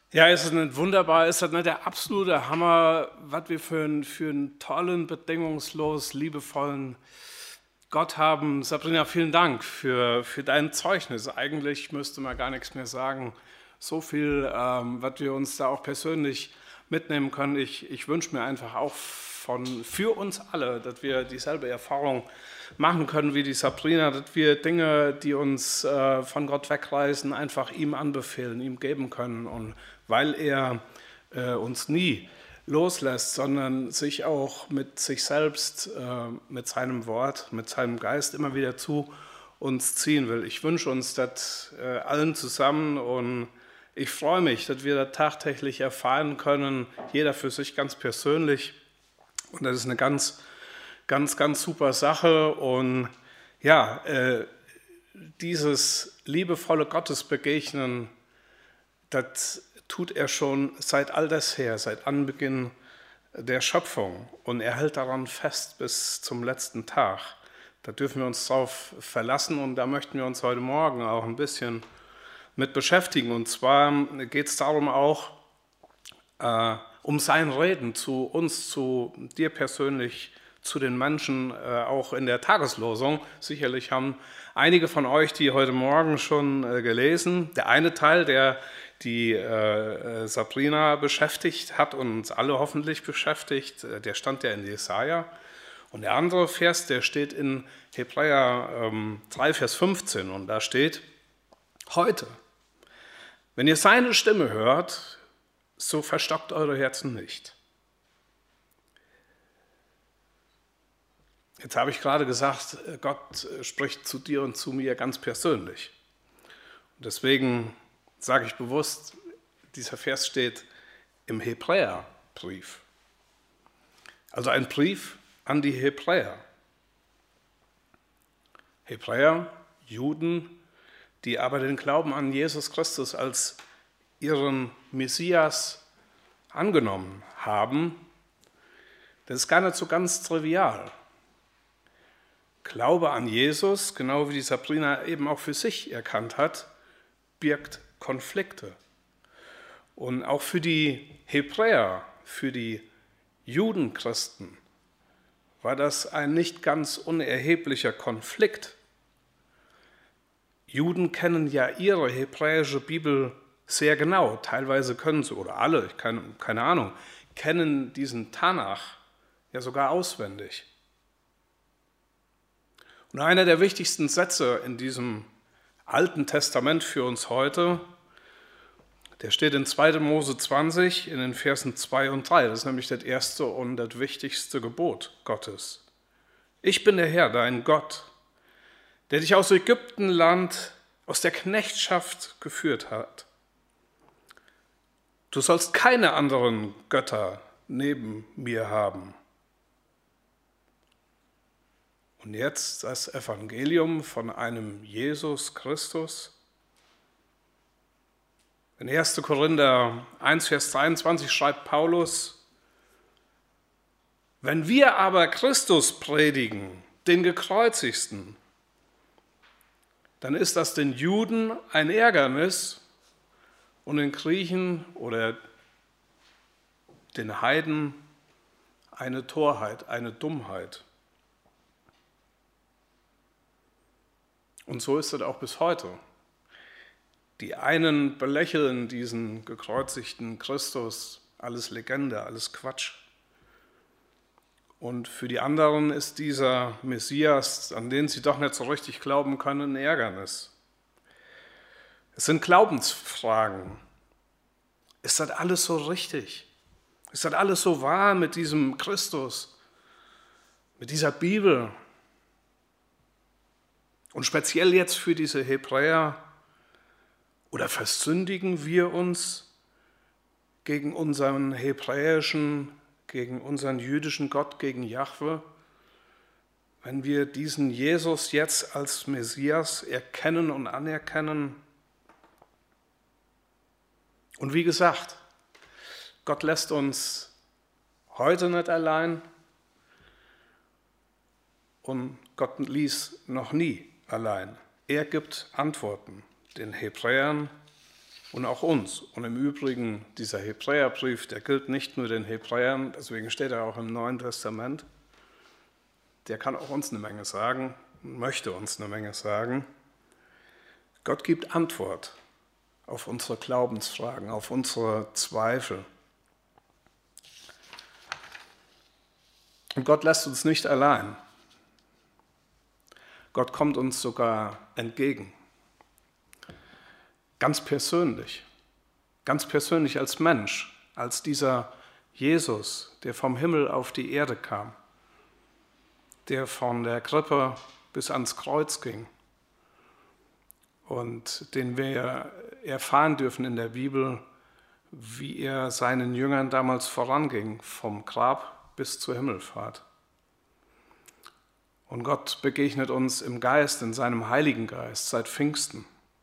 Ja, ist es nicht wunderbar, ist das nicht der absolute Hammer, was wir für einen tollen, bedingungslos liebevollen Gott haben. Sabrina, vielen Dank für dein Zeugnis. Eigentlich müsste man gar nichts mehr sagen. So viel, was wir uns da auch persönlich mitnehmen können. Ich wünsche mir einfach auch für uns alle, dass wir dieselbe Erfahrung machen können wie die Sabrina, dass wir Dinge, die uns von Gott wegreißen, einfach ihm anbefehlen, ihm geben können. Und weil er uns nie loslässt, sondern sich auch mit sich selbst, mit seinem Wort, mit seinem Geist immer wieder zu uns ziehen will. Ich wünsche uns das allen zusammen und ich freue mich, dass wir das tagtäglich erfahren können, jeder für sich ganz persönlich. Und das ist eine ganz super Sache. Und ja, dieses liebevolle Gottesbegegnen, das tut er schon seit all das her, seit Anbeginn der Schöpfung. Und er hält daran fest bis zum letzten Tag. Da dürfen wir uns drauf verlassen und da möchten wir uns heute Morgen auch ein bisschen mit beschäftigen. Und zwar geht es darum auch, um sein Reden zu uns, zu dir persönlich, zu den Menschen, auch in der Tageslosung. Sicherlich haben einige von euch die heute Morgen schon gelesen. Der eine Teil, der die Sabrina beschäftigt hat und uns alle hoffentlich beschäftigt, der stand ja in Jesaja. Und der andere Vers, der steht in Hebräer 3, Vers 15 und da steht: Heute, wenn ihr seine Stimme hört, so verstockt eure Herzen nicht. Jetzt habe ich gerade gesagt, Gott spricht zu dir und zu mir ganz persönlich. Und deswegen sage ich bewusst, dieser Vers steht im Hebräerbrief. Also ein Brief an die Hebräer. Hebräer, Juden, die aber den Glauben an Jesus Christus als ihren Messias angenommen haben. Das ist gar nicht so ganz trivial. Glaube an Jesus, genau wie die Sabrina eben auch für sich erkannt hat, birgt Konflikte. Und auch für die Hebräer, für die Judenchristen war das ein nicht ganz unerheblicher Konflikt. Juden kennen ja ihre hebräische Bibel sehr genau. Teilweise können sie, oder alle, ich keine Ahnung, kennen diesen Tanach ja sogar auswendig. Und einer der wichtigsten Sätze in diesem Alten Testament für uns heute, der steht in 2. Mose 20 in den Versen 2 und 3. Das ist nämlich das erste und das wichtigste Gebot Gottes. Ich bin der Herr, dein Gott, der dich aus Ägyptenland, aus der Knechtschaft geführt hat. Du sollst keine anderen Götter neben mir haben. Und jetzt das Evangelium von einem Jesus Christus. In 1. Korinther 1, Vers 23 schreibt Paulus: Wenn wir aber Christus predigen, den Gekreuzigsten, dann ist das den Juden ein Ärgernis und den Griechen oder den Heiden eine Torheit, eine Dummheit. Und so ist es auch bis heute. Die einen belächeln diesen gekreuzigten Christus, alles Legende, alles Quatsch. Und für die anderen ist dieser Messias, an den sie doch nicht so richtig glauben können, ein Ärgernis. Es sind Glaubensfragen. Ist das alles so richtig? Ist das alles so wahr mit diesem Christus, mit dieser Bibel? Und speziell jetzt für diese Hebräer, oder versündigen wir uns gegen unseren hebräischen, gegen unseren jüdischen Gott, gegen Jahwe, wenn wir diesen Jesus jetzt als Messias erkennen und anerkennen? Und wie gesagt, Gott lässt uns heute nicht allein und Gott ließ noch nie allein. Er gibt Antworten den Hebräern und auch uns. Und im Übrigen, dieser Hebräerbrief, der gilt nicht nur den Hebräern, deswegen steht er auch im Neuen Testament. Der kann auch uns eine Menge sagen, möchte uns eine Menge sagen. Gott gibt Antwort auf unsere Glaubensfragen, auf unsere Zweifel. Und Gott lässt uns nicht allein. Gott kommt uns sogar entgegen. Ganz persönlich als Mensch, als dieser Jesus, der vom Himmel auf die Erde kam, der von der Krippe bis ans Kreuz ging und den wir erfahren dürfen in der Bibel, wie er seinen Jüngern damals voranging, vom Grab bis zur Himmelfahrt. Und Gott begegnet uns im Geist, in seinem Heiligen Geist, seit Pfingsten.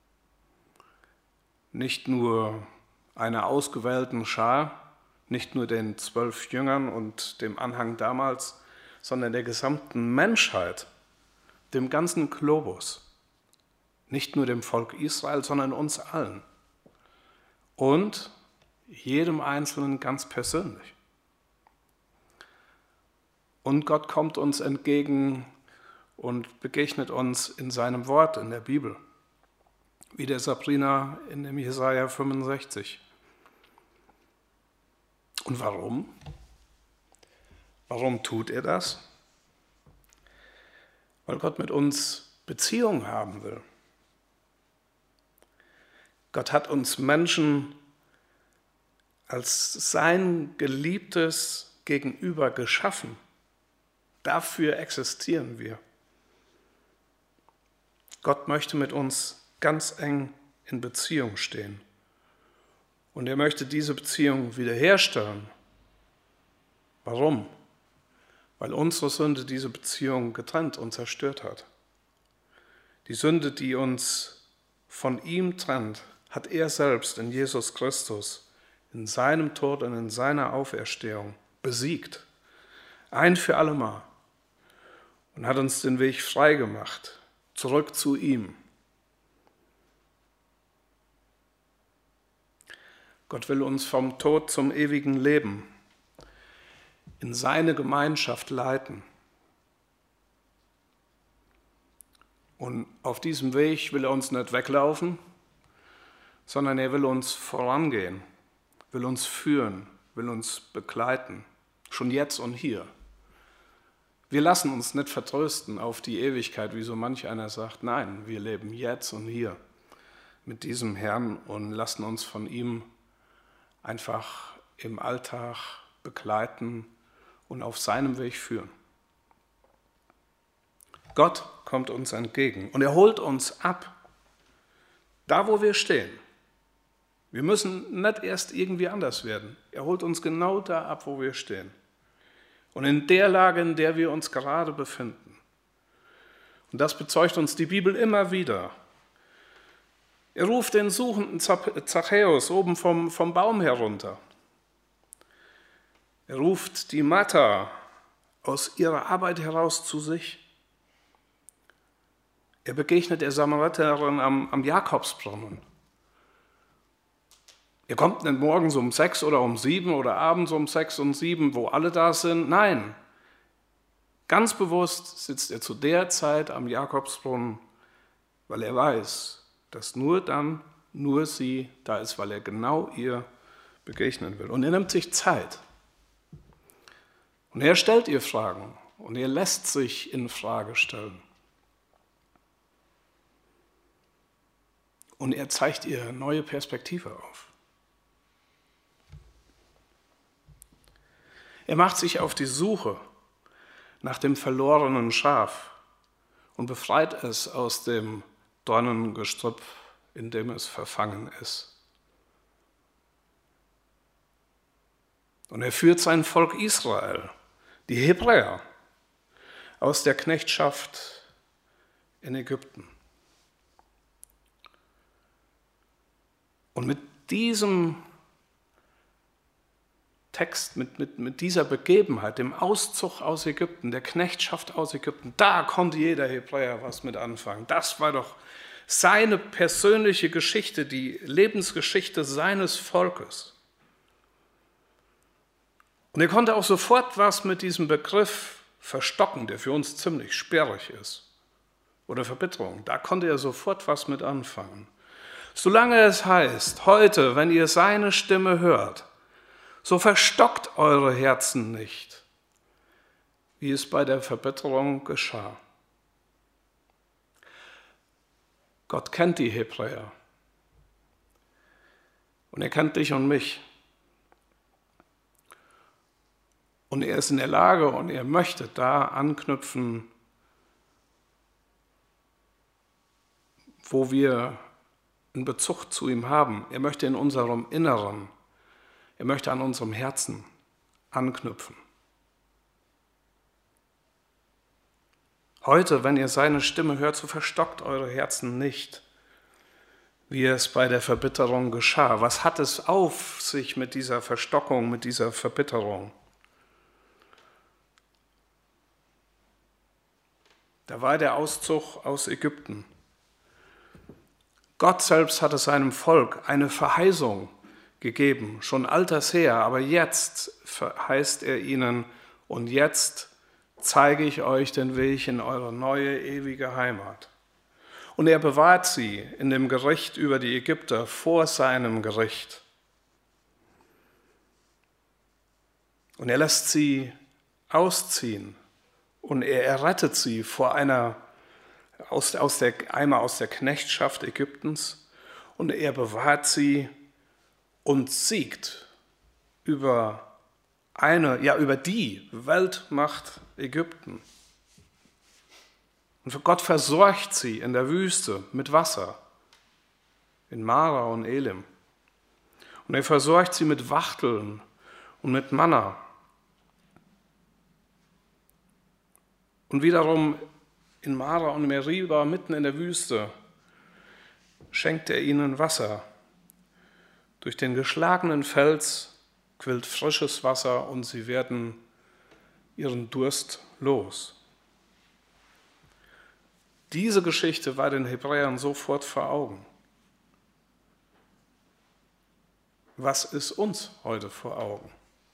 Nicht nur einer ausgewählten Schar, nicht nur den 12 Jüngern und dem Anhang damals, sondern der gesamten Menschheit, dem ganzen Globus. Nicht nur dem Volk Israel, sondern uns allen. Und jedem Einzelnen ganz persönlich. Und Gott kommt uns entgegen und begegnet uns in seinem Wort, in der Bibel. Wie der Sabrina in dem Jesaja 65. Und warum? Warum tut er das? Weil Gott mit uns Beziehung haben will. Gott hat uns Menschen als sein geliebtes Gegenüber geschaffen. Dafür existieren wir. Gott möchte mit uns ganz eng in Beziehung stehen. Und er möchte diese Beziehung wiederherstellen. Warum? Weil unsere Sünde diese Beziehung getrennt und zerstört hat. Die Sünde, die uns von ihm trennt, hat er selbst in Jesus Christus, in seinem Tod und in seiner Auferstehung besiegt. Ein für allemal. Und hat uns den Weg frei gemacht, zurück zu ihm. Gott will uns vom Tod zum ewigen Leben in seine Gemeinschaft leiten. Und auf diesem Weg will er uns nicht weglaufen, sondern er will uns vorangehen, will uns führen, will uns begleiten, schon jetzt und hier. Wir lassen uns nicht vertrösten auf die Ewigkeit, wie so manch einer sagt. Nein, wir leben jetzt und hier mit diesem Herrn und lassen uns von ihm einfach im Alltag begleiten und auf seinem Weg führen. Gott kommt uns entgegen und er holt uns ab, da wo wir stehen. Wir müssen nicht erst irgendwie anders werden. Er holt uns genau da ab, wo wir stehen. Und in der Lage, in der wir uns gerade befinden. Und das bezeugt uns die Bibel immer wieder. Er ruft den suchenden Zachäus oben vom Baum herunter. Er ruft die Martha aus ihrer Arbeit heraus zu sich. Er begegnet der Samariterin am Jakobsbrunnen. Er kommt nicht morgens um 6 oder um 7 oder abends um 6 und 7, wo alle da sind. Nein, ganz bewusst sitzt er zu der Zeit am Jakobsbrunnen, weil er weiß, dass nur sie da ist, weil er genau ihr begegnen will. Und er nimmt sich Zeit. Und er stellt ihr Fragen und er lässt sich in Frage stellen. Und er zeigt ihr neue Perspektive auf. Er macht sich auf die Suche nach dem verlorenen Schaf und befreit es aus dem Dornengestrüpp, in dem es verfangen ist. Und er führt sein Volk Israel, die Hebräer, aus der Knechtschaft in Ägypten. Und mit diesem Text, mit dieser Begebenheit, dem Auszug aus Ägypten, der Knechtschaft aus Ägypten, da konnte jeder Hebräer was mit anfangen. Das war doch seine persönliche Geschichte, die Lebensgeschichte seines Volkes. Und er konnte auch sofort was mit diesem Begriff verstocken, der für uns ziemlich sperrig ist. Oder Verbitterung, da konnte er sofort was mit anfangen. Solange es heißt, heute, wenn ihr seine Stimme hört, so verstockt eure Herzen nicht, wie es bei der Verbitterung geschah. Gott kennt die Hebräer und er kennt dich und mich. Und er ist in der Lage und er möchte da anknüpfen, wo wir einen Bezug zu ihm haben. Er möchte in unserem Inneren, er möchte an unserem Herzen anknüpfen. Heute, wenn ihr seine Stimme hört, so verstockt eure Herzen nicht, wie es bei der Verbitterung geschah. Was hat es auf sich mit dieser Verstockung, mit dieser Verbitterung? Da war der Auszug aus Ägypten. Gott selbst hatte seinem Volk eine Verheißung gegeben, schon alters her, aber jetzt verheißt er ihnen, und jetzt zeige ich euch den Weg in eure neue, ewige Heimat. Und er bewahrt sie in dem Gericht über die Ägypter vor seinem Gericht. Und er lässt sie ausziehen und er errettet sie vor einmal aus der Knechtschaft Ägyptens, und er bewahrt sie und siegt über die Weltmacht Ägypten. Und Gott versorgt sie in der Wüste mit Wasser, in Mara und Elim. Und er versorgt sie mit Wachteln und mit Manna. Und wiederum in Mara und Meriba, mitten in der Wüste, schenkt er ihnen Wasser. Durch den geschlagenen Fels quillt frisches Wasser und sie werden ihren Durst los. Diese Geschichte war den Hebräern sofort vor Augen. Was ist uns heute vor Augen?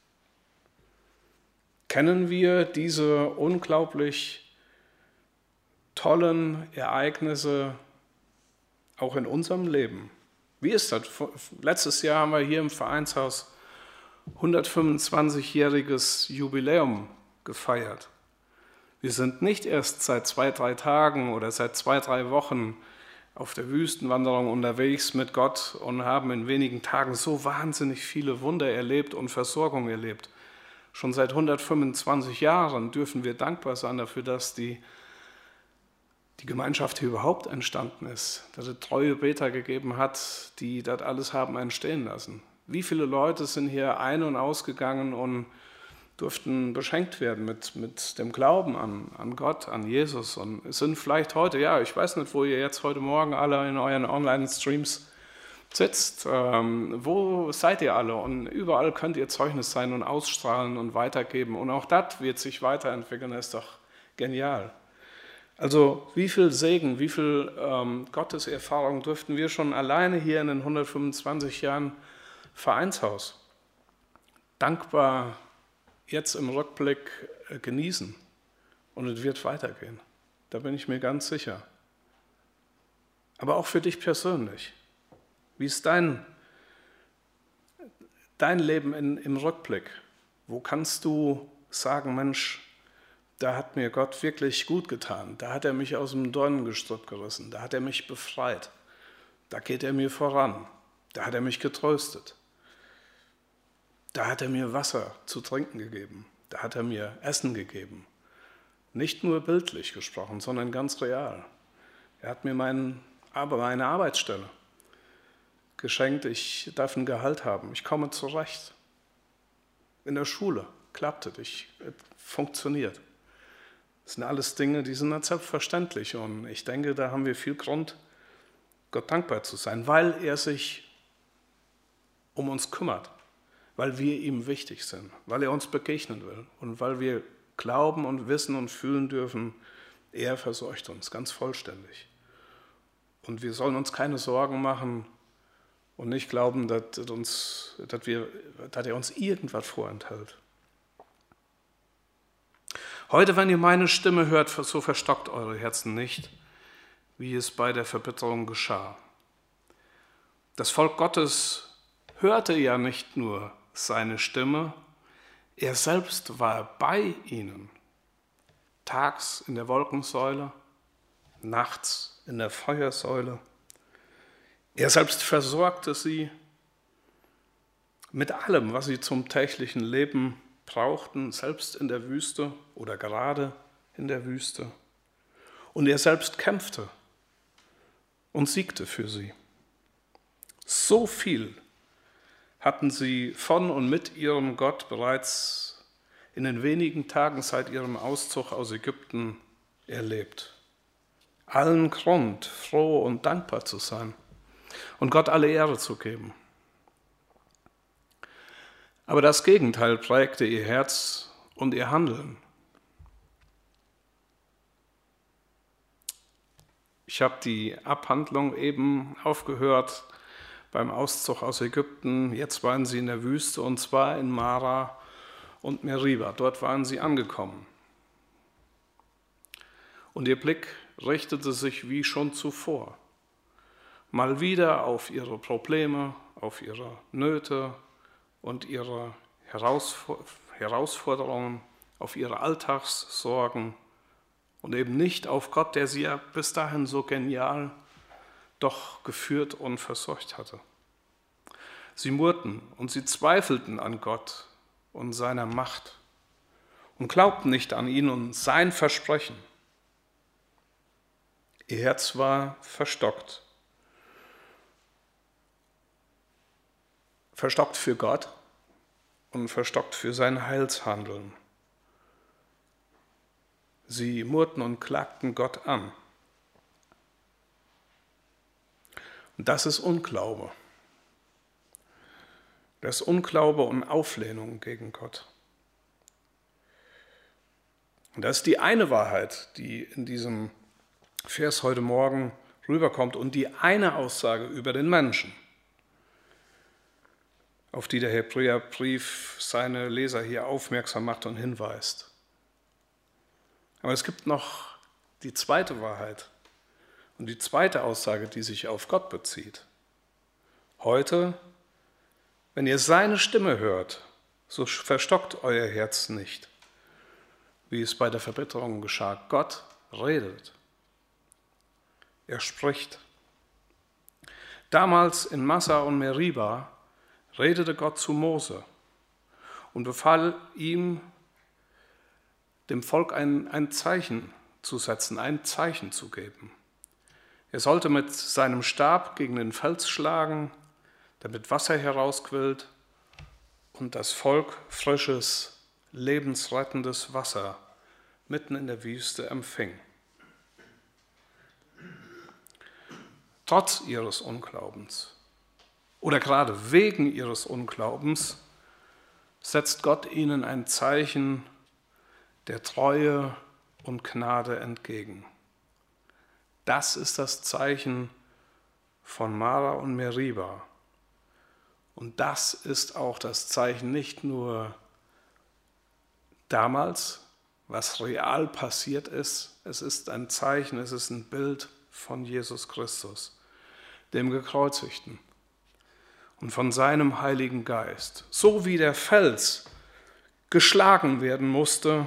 Kennen wir diese unglaublich tollen Ereignisse auch in unserem Leben? Wie ist das? Letztes Jahr haben wir hier im Vereinshaus 125-jähriges Jubiläum gefeiert. Wir sind nicht erst seit 2-3 Tagen oder seit 2-3 Wochen auf der Wüstenwanderung unterwegs mit Gott und haben in wenigen Tagen so wahnsinnig viele Wunder erlebt und Versorgung erlebt. Schon seit 125 Jahren dürfen wir dankbar sein dafür, dass die Gemeinschaft hier überhaupt entstanden ist, dass es treue Beter gegeben hat, die das alles haben entstehen lassen. Wie viele Leute sind hier ein- und ausgegangen und durften beschenkt werden mit dem Glauben an Gott, an Jesus, und es sind vielleicht heute, ich weiß nicht, wo ihr jetzt heute Morgen alle in euren Online-Streams sitzt, wo seid ihr alle, und überall könnt ihr Zeugnis sein und ausstrahlen und weitergeben, und auch das wird sich weiterentwickeln, das ist doch genial. Also wie viel Segen, wie viel Gotteserfahrung durften wir schon alleine hier in den 125 Jahren Vereinshaus dankbar jetzt im Rückblick genießen, und es wird weitergehen. Da bin ich mir ganz sicher. Aber auch für dich persönlich. Wie ist dein Leben im Rückblick? Wo kannst du sagen, Mensch, da hat mir Gott wirklich gut getan. Da hat er mich aus dem Dornengestrüpp gerissen. Da hat er mich befreit. Da geht er mir voran. Da hat er mich getröstet. Da hat er mir Wasser zu trinken gegeben. Da hat er mir Essen gegeben. Nicht nur bildlich gesprochen, sondern ganz real. Er hat mir meine Arbeitsstelle geschenkt. Ich darf ein Gehalt haben. Ich komme zurecht. In der Schule klappt es. Es funktioniert. Das sind alles Dinge, die sind nicht selbstverständlich. Und ich denke, da haben wir viel Grund, Gott dankbar zu sein, weil er sich um uns kümmert, weil wir ihm wichtig sind, weil er uns begegnen will und weil wir glauben und wissen und fühlen dürfen, er versorgt uns ganz vollständig. Und wir sollen uns keine Sorgen machen und nicht glauben, dass er uns irgendwas vorenthält. Heute, wenn ihr meine Stimme hört, so verstockt eure Herzen nicht, wie es bei der Verbitterung geschah. Das Volk Gottes hörte ja nicht nur seine Stimme, er selbst war bei ihnen. Tags in der Wolkensäule, nachts in der Feuersäule. Er selbst versorgte sie mit allem, was sie zum täglichen Leben brauchten, selbst in der Wüste oder gerade in der Wüste. Und er selbst kämpfte und siegte für sie. So viel hatten sie von und mit ihrem Gott bereits in den wenigen Tagen seit ihrem Auszug aus Ägypten erlebt. Allen Grund, froh und dankbar zu sein und Gott alle Ehre zu geben. Aber das Gegenteil prägte ihr Herz und ihr Handeln. Ich habe die Abhandlung eben aufgehört beim Auszug aus Ägypten. Jetzt waren sie in der Wüste, und zwar in Mara und Meriba. Dort waren sie angekommen. Und ihr Blick richtete sich wie schon zuvor mal wieder auf ihre Probleme, auf ihre Nöte und ihre Herausforderungen, auf ihre Alltagssorgen und eben nicht auf Gott, der sie ja bis dahin so genial doch geführt und versorgt hatte. Sie murrten und sie zweifelten an Gott und seiner Macht und glaubten nicht an ihn und sein Versprechen. Ihr Herz war verstockt. Verstockt für Gott und verstockt für sein Heilshandeln. Sie murrten und klagten Gott an. Und das ist Unglaube. Das ist Unglaube und Auflehnung gegen Gott. Und das ist die eine Wahrheit, die in diesem Vers heute Morgen rüberkommt und die eine Aussage über den Menschen, auf die der Hebräerbrief seine Leser hier aufmerksam macht und hinweist. Aber es gibt noch die zweite Wahrheit und die zweite Aussage, die sich auf Gott bezieht. Heute, wenn ihr seine Stimme hört, so verstockt euer Herz nicht, wie es bei der Verbitterung geschah. Gott redet. Er spricht. Damals in Massa und Meriba redete Gott zu Mose und befahl ihm, dem Volk ein Zeichen zu setzen, ein Zeichen zu geben. Er sollte mit seinem Stab gegen den Fels schlagen, damit Wasser herausquillt und das Volk frisches, lebensrettendes Wasser mitten in der Wüste empfing. Trotz ihres Unglaubens oder gerade wegen ihres Unglaubens setzt Gott ihnen ein Zeichen der Treue und Gnade entgegen. Das ist das Zeichen von Mara und Meriba. Und das ist auch das Zeichen nicht nur damals, was real passiert ist, es ist ein Zeichen, es ist ein Bild von Jesus Christus, dem Gekreuzigten und von seinem Heiligen Geist. So wie der Fels geschlagen werden musste,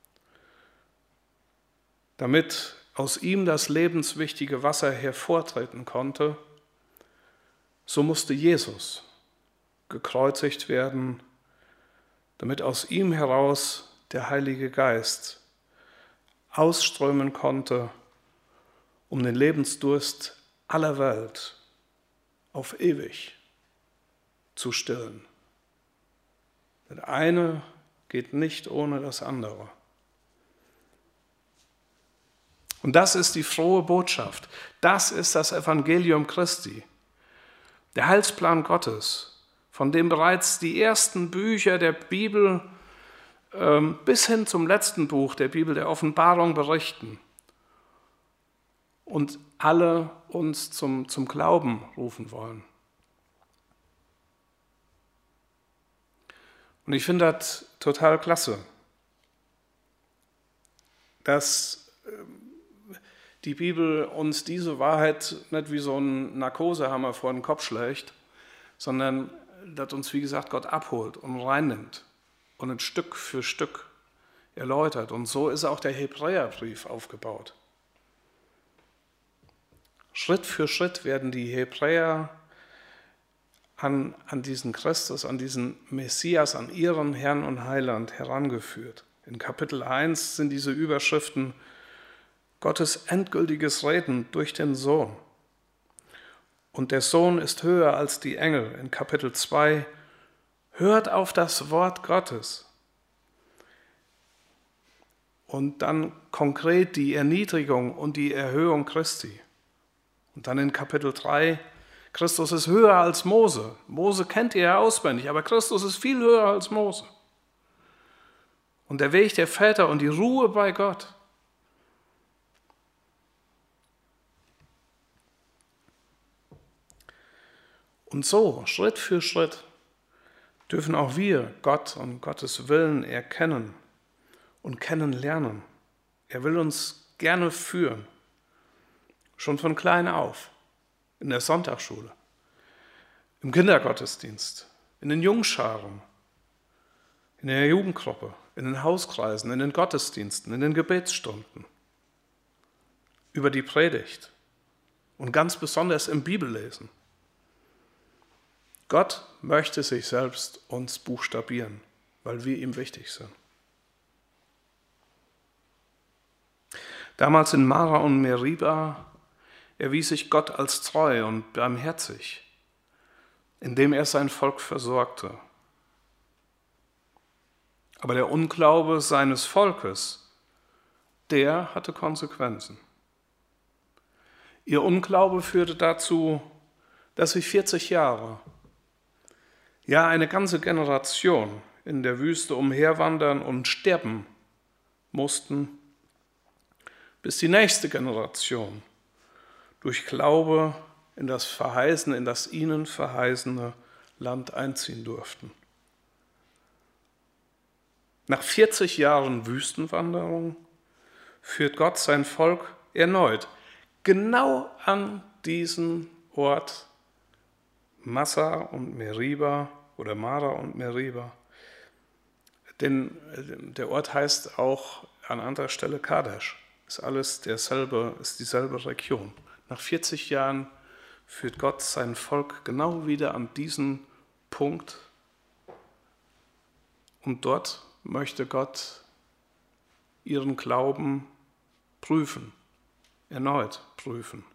damit aus ihm das lebenswichtige Wasser hervortreten konnte, so musste Jesus gekreuzigt werden, damit aus ihm heraus der Heilige Geist ausströmen konnte, um den Lebensdurst aller Welt auf ewig zu stillen. Das eine geht nicht ohne das andere. Und das ist die frohe Botschaft. Das ist das Evangelium Christi. Der Heilsplan Gottes, von dem bereits die ersten Bücher der Bibel bis hin zum letzten Buch der Bibel, der Offenbarung, berichten. und alle uns zum Glauben rufen wollen. Und ich finde das total klasse, dass die Bibel uns diese Wahrheit nicht wie so ein Narkosehammer vor den Kopf schlägt, sondern dass uns, wie gesagt, Gott abholt und reinnimmt und ein Stück für Stück erläutert. Und so ist auch der Hebräerbrief aufgebaut. Schritt für Schritt werden die Hebräer an diesen Christus, an diesen Messias, an ihren Herrn und Heiland herangeführt. In Kapitel 1 sind diese Überschriften Gottes endgültiges Reden durch den Sohn. Und der Sohn ist höher als die Engel. In Kapitel 2, hört auf das Wort Gottes. Und dann konkret die Erniedrigung und die Erhöhung Christi. Und dann in Kapitel 3, Christus ist höher als Mose. Mose kennt ihr ja auswendig, aber Christus ist viel höher als Mose. Und der Weg der Väter und die Ruhe bei Gott. Und so, Schritt für Schritt, dürfen auch wir Gott und Gottes Willen erkennen und kennenlernen. Er will uns gerne führen, schon von klein auf, in der Sonntagsschule, im Kindergottesdienst, in den Jungscharen, in der Jugendgruppe, in den Hauskreisen, in den Gottesdiensten, in den Gebetsstunden, über die Predigt und ganz besonders im Bibellesen. Gott möchte sich selbst uns buchstabieren, weil wir ihm wichtig sind. Damals in Mara und Meriba erwies sich Gott als treu und barmherzig, indem er sein Volk versorgte. Aber der Unglaube seines Volkes, der hatte Konsequenzen. Ihr Unglaube führte dazu, dass sie 40 Jahre, ja eine ganze Generation in der Wüste umherwandern und sterben mussten, bis die nächste Generation durch Glaube in das verheißene, in das ihnen verheißene Land einziehen durften. Nach 40 Jahren Wüstenwanderung führt Gott sein Volk erneut genau an diesen Ort Massa und Meriba oder Mara und Meriba. Denn der Ort heißt auch an anderer Stelle Kadesh. Ist alles derselbe, ist dieselbe Region. Nach 40 Jahren führt Gott sein Volk genau wieder an diesen Punkt. Und dort möchte Gott ihren Glauben prüfen, erneut prüfen.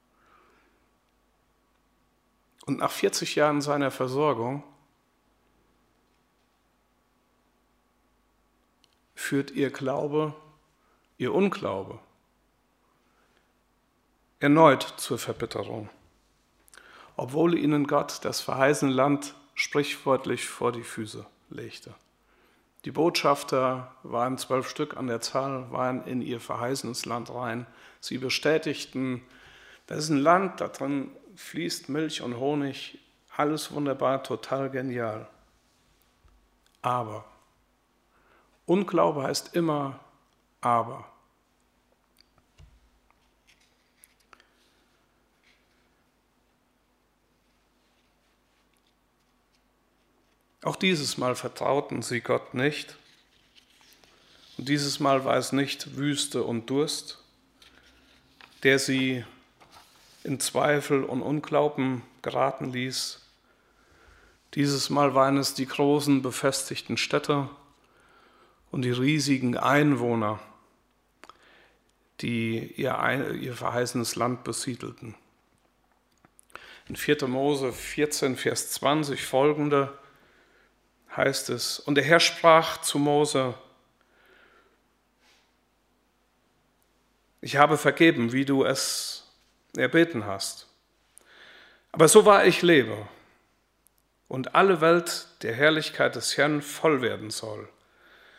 Und nach 40 Jahren seiner Versorgung führt ihr Glaube, ihr Unglaube erneut zur Verbitterung, obwohl ihnen Gott das verheißene Land sprichwörtlich vor die Füße legte. Die Botschafter waren 12 Stück an der Zahl, waren in ihr verheißenes Land rein. Sie bestätigten, das ist ein Land, da drin fließt Milch und Honig, alles wunderbar, total genial. Aber Unglaube heißt immer aber. Auch dieses Mal vertrauten sie Gott nicht. Und dieses Mal war es nicht Wüste und Durst, der sie in Zweifel und Unglauben geraten ließ. Dieses Mal waren es die großen befestigten Städte und die riesigen Einwohner, die ihr verheißenes Land besiedelten. In 4. Mose 14, Vers 20 folgende heißt es, und der Herr sprach zu Mose, ich habe vergeben, wie du es erbeten hast. Aber so wahr ich lebe und alle Welt der Herrlichkeit des Herrn voll werden soll.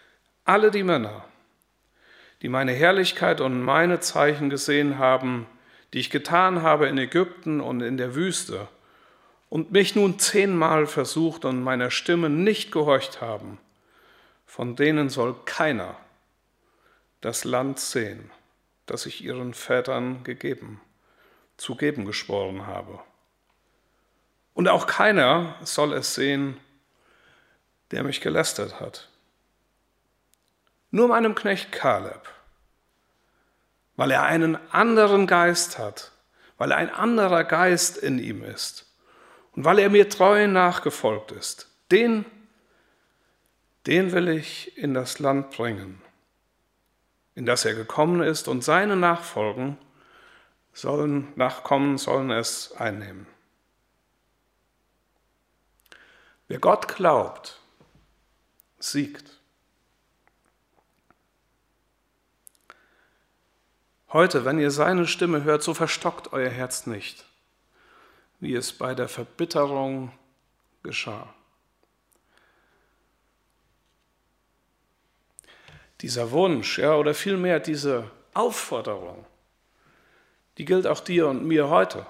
Alle die Männer, die meine Herrlichkeit und meine Zeichen gesehen haben, die ich getan habe in Ägypten und in der Wüste, und mich nun 10-mal versucht und meiner Stimme nicht gehorcht haben, von denen soll keiner das Land sehen, das ich ihren Vätern zu geben geschworen habe. Und auch keiner soll es sehen, der mich gelästert hat. Nur meinem Knecht Kaleb, weil er einen anderen Geist hat, weil ein anderer Geist in ihm ist und weil er mir treu nachgefolgt ist, den will ich in das Land bringen, in das er gekommen ist, und seine Nachkommen sollen es einnehmen. Wer Gott glaubt, siegt. Heute, wenn ihr seine Stimme hört, so verstockt euer Herz nicht, wie es bei der Verbitterung geschah. Dieser Wunsch, oder vielmehr diese Aufforderung, die gilt auch dir und mir heute.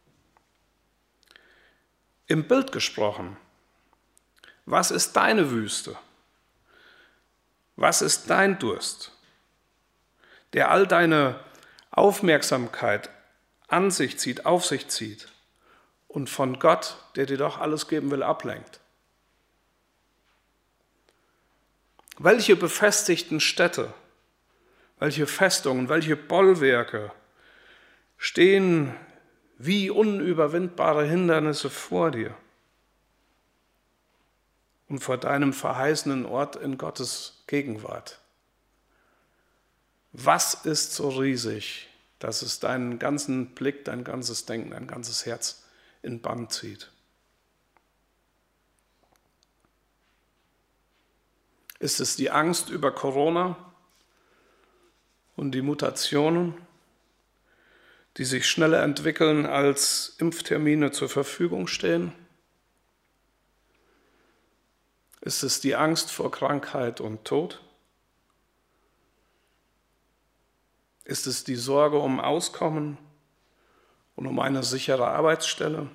Im Bild gesprochen, was ist deine Wüste? Was ist dein Durst, der all deine Aufmerksamkeit auf sich zieht und von Gott, der dir doch alles geben will, ablenkt? Welche befestigten Städte, welche Festungen, welche Bollwerke stehen wie unüberwindbare Hindernisse vor dir und vor deinem verheißenen Ort in Gottes Gegenwart? Was ist so riesig, dass es deinen ganzen Blick, dein ganzes Denken, dein ganzes Herz in Bann zieht? Ist es die Angst über Corona und die Mutationen, die sich schneller entwickeln, als Impftermine zur Verfügung stehen? Ist es die Angst vor Krankheit und Tod? Ist es die Sorge um Auskommen und um eine sichere Arbeitsstelle?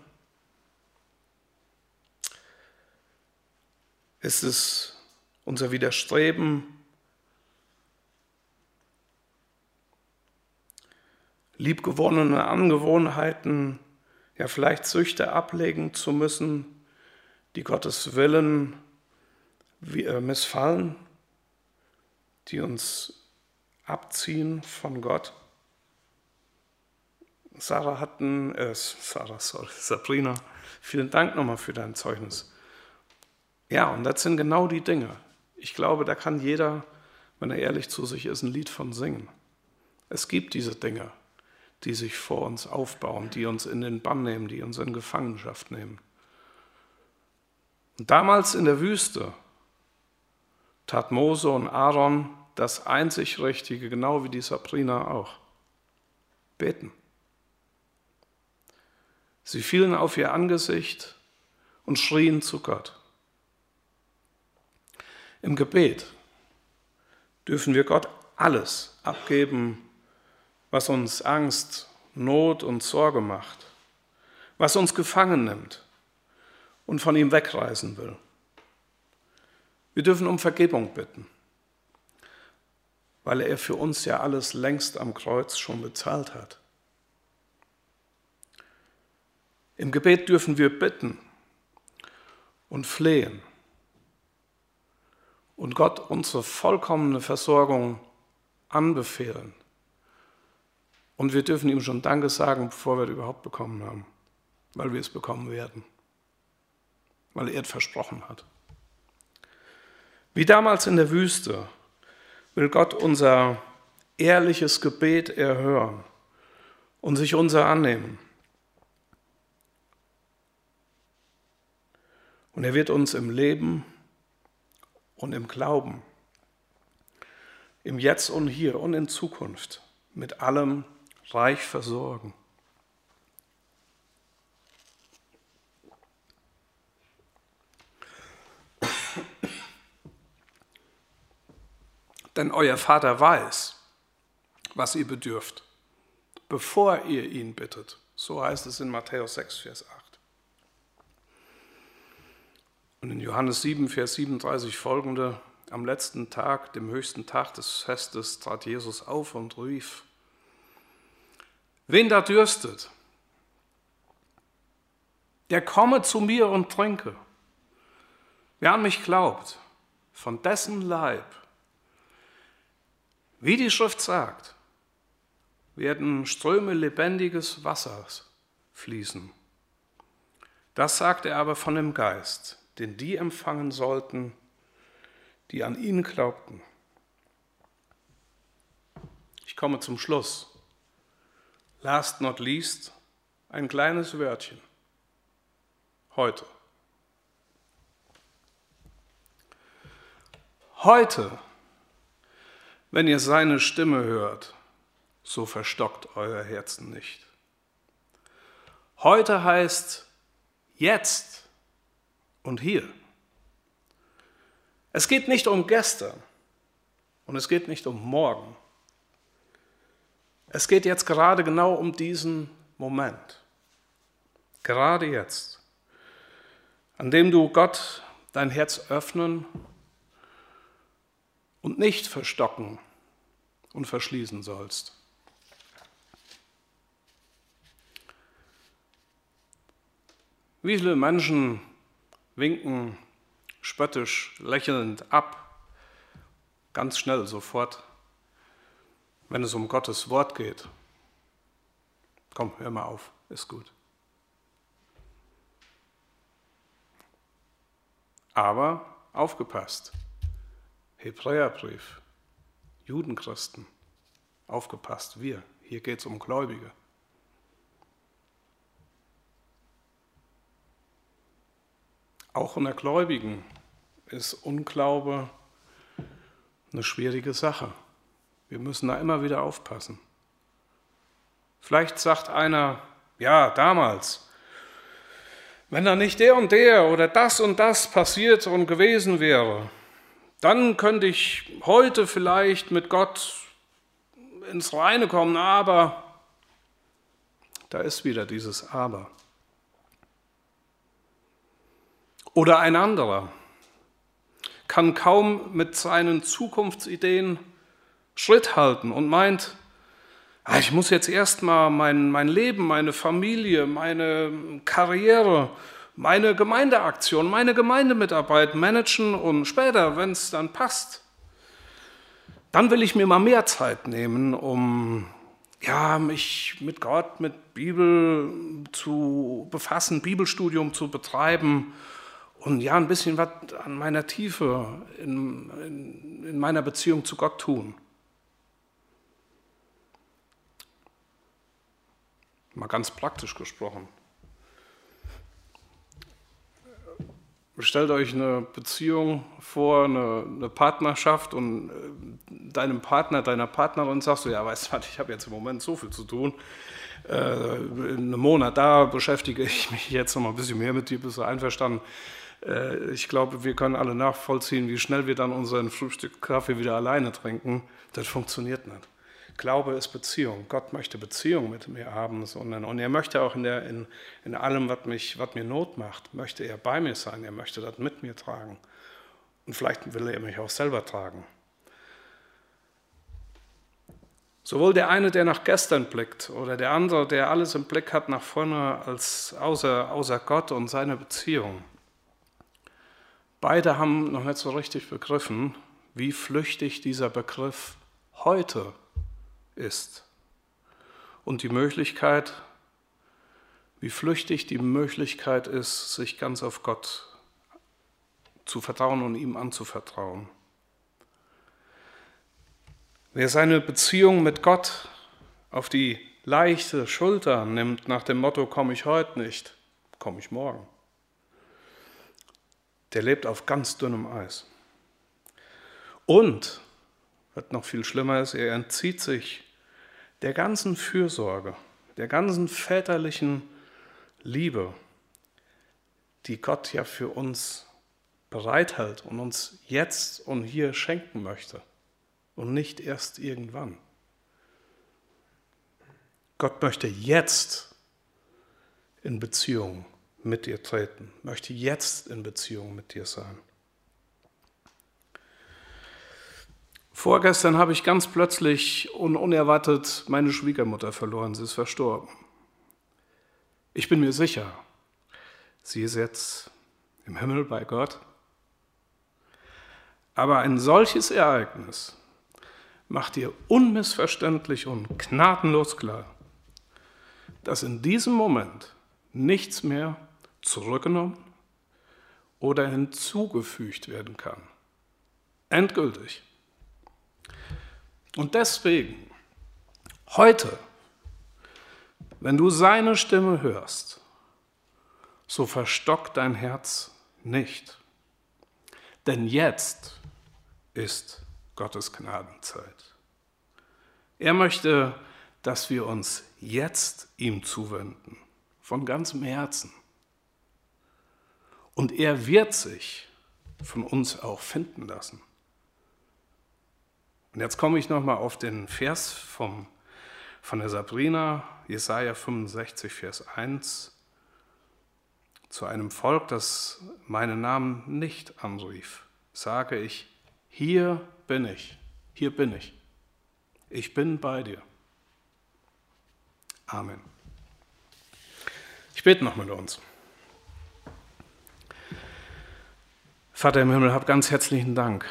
Ist es unser Widerstreben, liebgewonnene Angewohnheiten, vielleicht Süchte ablegen zu müssen, die Gottes Willen missfallen, die uns abziehen von Gott? Sabrina, vielen Dank nochmal für dein Zeugnis. Ja, und das sind genau die Dinge. Ich glaube, da kann jeder, wenn er ehrlich zu sich ist, ein Lied von singen. Es gibt diese Dinge, die sich vor uns aufbauen, die uns in den Bann nehmen, die uns in Gefangenschaft nehmen. Und damals in der Wüste tat Mose und Aaron das einzig Richtige, genau wie die Sabrina auch: beten. Sie fielen auf ihr Angesicht und schrien zu Gott. Im Gebet dürfen wir Gott alles abgeben, was uns Angst, Not und Sorge macht, was uns gefangen nimmt und von ihm wegreißen will. Wir dürfen um Vergebung bitten, weil er für uns ja alles längst am Kreuz schon bezahlt hat. Im Gebet dürfen wir bitten und flehen und Gott unsere vollkommene Versorgung anbefehlen. Und wir dürfen ihm schon Danke sagen, bevor wir es überhaupt bekommen haben, weil wir es bekommen werden, weil er es versprochen hat. Wie damals in der Wüste will Gott unser ehrliches Gebet erhören und sich unser annehmen. Und er wird uns im Leben und im Glauben, im Jetzt und Hier und in Zukunft mit allem reich versorgen. Denn euer Vater weiß, was ihr bedürft, bevor ihr ihn bittet. So heißt es in Matthäus 6, Vers 8. Und in Johannes 7, Vers 37 folgende: Am letzten Tag, dem höchsten Tag des Festes, trat Jesus auf und rief: Wen da dürstet, der komme zu mir und trinke. Wer an mich glaubt, von dessen Leib, wie die Schrift sagt, werden Ströme lebendiges Wassers fließen. Das sagt er aber von dem Geist, den die empfangen sollten, die an ihn glaubten. Ich komme zum Schluss. Last not least, ein kleines Wörtchen. Heute. Heute, wenn ihr seine Stimme hört, so verstockt euer Herzen nicht. Heute heißt jetzt und hier. Es geht nicht um gestern und es geht nicht um morgen. Es geht jetzt gerade genau um diesen Moment. Gerade jetzt, an dem du Gott dein Herz öffnen und nicht verstocken und verschließen sollst. Wie viele Menschen winken spöttisch, lächelnd ab, ganz schnell, sofort, wenn es um Gottes Wort geht? Komm, hör mal auf, ist gut. Aber aufgepasst, Hebräerbrief, Judenchristen, aufgepasst, hier geht es um Gläubige. Auch unter Gläubigen ist Unglaube eine schwierige Sache. Wir müssen da immer wieder aufpassen. Vielleicht sagt einer, ja, damals, wenn da nicht der und der oder das und das passiert und gewesen wäre, dann könnte ich heute vielleicht mit Gott ins Reine kommen, aber da ist wieder dieses Aber. Oder ein anderer kann kaum mit seinen Zukunftsideen Schritt halten und meint, ich muss jetzt erstmal mein Leben, meine Familie, meine Karriere, meine Gemeindeaktion, meine Gemeindemitarbeit managen und später, wenn es dann passt, dann will ich mir mal mehr Zeit nehmen, um mich mit Gott, mit Bibel zu befassen, Bibelstudium zu betreiben und ein bisschen was an meiner Tiefe in meiner Beziehung zu Gott tun. Mal ganz praktisch gesprochen. Stellt euch eine Beziehung vor, eine Partnerschaft und deinem Partner, deiner Partnerin sagst du, ja, weißt du was, ich habe jetzt im Moment so viel zu tun. In einem Monat da beschäftige ich mich jetzt noch mal ein bisschen mehr mit dir, bist du einverstanden? Ich glaube, wir können alle nachvollziehen, wie schnell wir dann unseren Frühstück-Kaffee wieder alleine trinken. Das funktioniert nicht. Glaube ist Beziehung. Gott möchte Beziehung mit mir haben. Und er möchte auch in allem, was mir Not macht, möchte er bei mir sein. Er möchte das mit mir tragen. Und vielleicht will er mich auch selber tragen. Sowohl der eine, der nach gestern blickt, oder der andere, der alles im Blick hat nach vorne als außer Gott und seine Beziehung. Beide haben noch nicht so richtig begriffen, wie flüchtig dieser Begriff heute ist. Und wie flüchtig die Möglichkeit ist, sich ganz auf Gott zu vertrauen und ihm anzuvertrauen. Wer seine Beziehung mit Gott auf die leichte Schulter nimmt, nach dem Motto, komme ich heute nicht, komme ich morgen, der lebt auf ganz dünnem Eis. Und, was noch viel schlimmer ist, er entzieht sich der ganzen Fürsorge, der ganzen väterlichen Liebe, die Gott ja für uns bereithält und uns jetzt und hier schenken möchte und nicht erst irgendwann. Gott möchte jetzt in Beziehung mit dir treten, möchte jetzt in Beziehung mit dir sein. Vorgestern habe ich ganz plötzlich und unerwartet meine Schwiegermutter verloren. Sie ist verstorben. Ich bin mir sicher, sie ist jetzt im Himmel bei Gott. Aber ein solches Ereignis macht dir unmissverständlich und gnadenlos klar, dass in diesem Moment nichts mehr zurückgenommen oder hinzugefügt werden kann. Endgültig. Und deswegen, heute, wenn du seine Stimme hörst, so verstock dein Herz nicht. Denn jetzt ist Gottes Gnadenzeit. Er möchte, dass wir uns jetzt ihm zuwenden, von ganzem Herzen. Und er wird sich von uns auch finden lassen. Und jetzt komme ich nochmal auf den Vers von der Sabrina, Jesaja 65, Vers 1. Zu einem Volk, das meinen Namen nicht anrief, sage ich, hier bin ich, hier bin ich. Ich bin bei dir. Amen. Ich bete noch mit uns. Vater im Himmel, hab ganz herzlichen Dank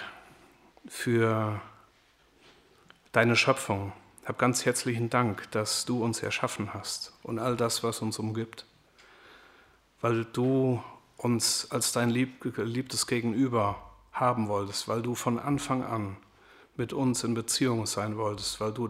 für deine Schöpfung. Hab ganz herzlichen Dank, dass du uns erschaffen hast und all das, was uns umgibt. Weil du uns als dein geliebtes Gegenüber haben wolltest, weil du von Anfang an mit uns in Beziehung sein wolltest, weil du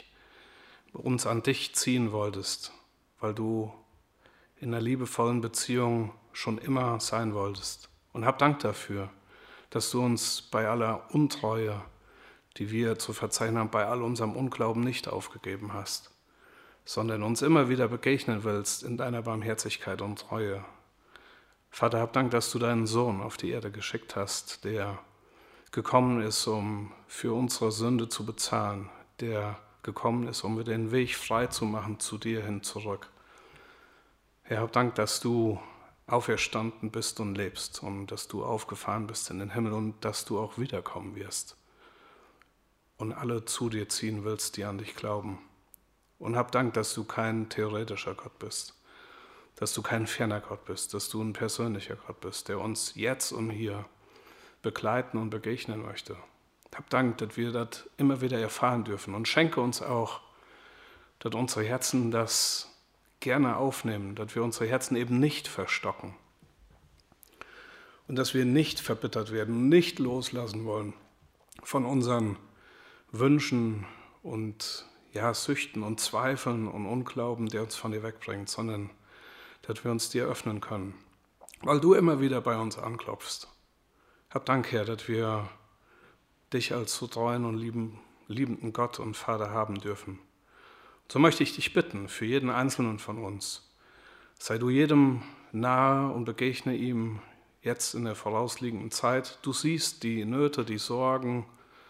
uns an dich ziehen wolltest, weil du in einer liebevollen Beziehung schon immer sein wolltest. Und hab Dank dafür, dass du uns bei aller Untreue, die wir zu verzeichnen haben, bei all unserem Unglauben nicht aufgegeben hast, sondern uns immer wieder begegnen willst in deiner Barmherzigkeit und Treue. Vater, hab Dank, dass du deinen Sohn auf die Erde geschickt hast, der gekommen ist, um für unsere Sünde zu bezahlen, der gekommen ist, um den Weg frei zu machen zu dir hin zurück. Herr, hab Dank, dass du auferstanden bist und lebst und dass du aufgefahren bist in den Himmel und dass du auch wiederkommen wirst und alle zu dir ziehen willst, die an dich glauben. Und hab Dank, dass du kein theoretischer Gott bist, dass du kein ferner Gott bist, dass du ein persönlicher Gott bist, der uns jetzt und hier begleiten und begegnen möchte. Hab Dank, dass wir das immer wieder erfahren dürfen und schenke uns auch, dass unsere Herzen das gerne aufnehmen, dass wir unsere Herzen eben nicht verstocken und dass wir nicht verbittert werden, nicht loslassen wollen von unseren Wünschen und Süchten und Zweifeln und Unglauben, der uns von dir wegbringt, sondern dass wir uns dir öffnen können, weil du immer wieder bei uns anklopfst. Hab Dank, Herr, dass wir dich als so treuen und liebenden Gott und Vater haben dürfen. So möchte ich dich bitten, für jeden Einzelnen von uns, sei du jedem nahe und begegne ihm jetzt in der vorausliegenden Zeit. Du siehst die Nöte, die Sorgen.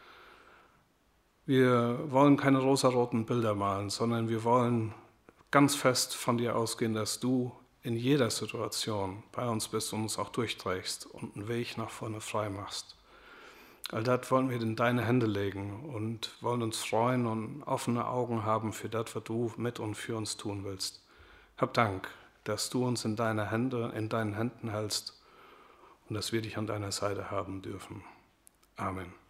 Wir wollen keine rosaroten Bilder malen, sondern wir wollen ganz fest von dir ausgehen, dass du in jeder Situation bei uns bist und uns auch durchträgst und einen Weg nach vorne frei machst. All das wollen wir in deine Hände legen und wollen uns freuen und offene Augen haben für das, was du mit und für uns tun willst. Hab Dank, dass du uns in deinen Händen hältst und dass wir dich an deiner Seite haben dürfen. Amen.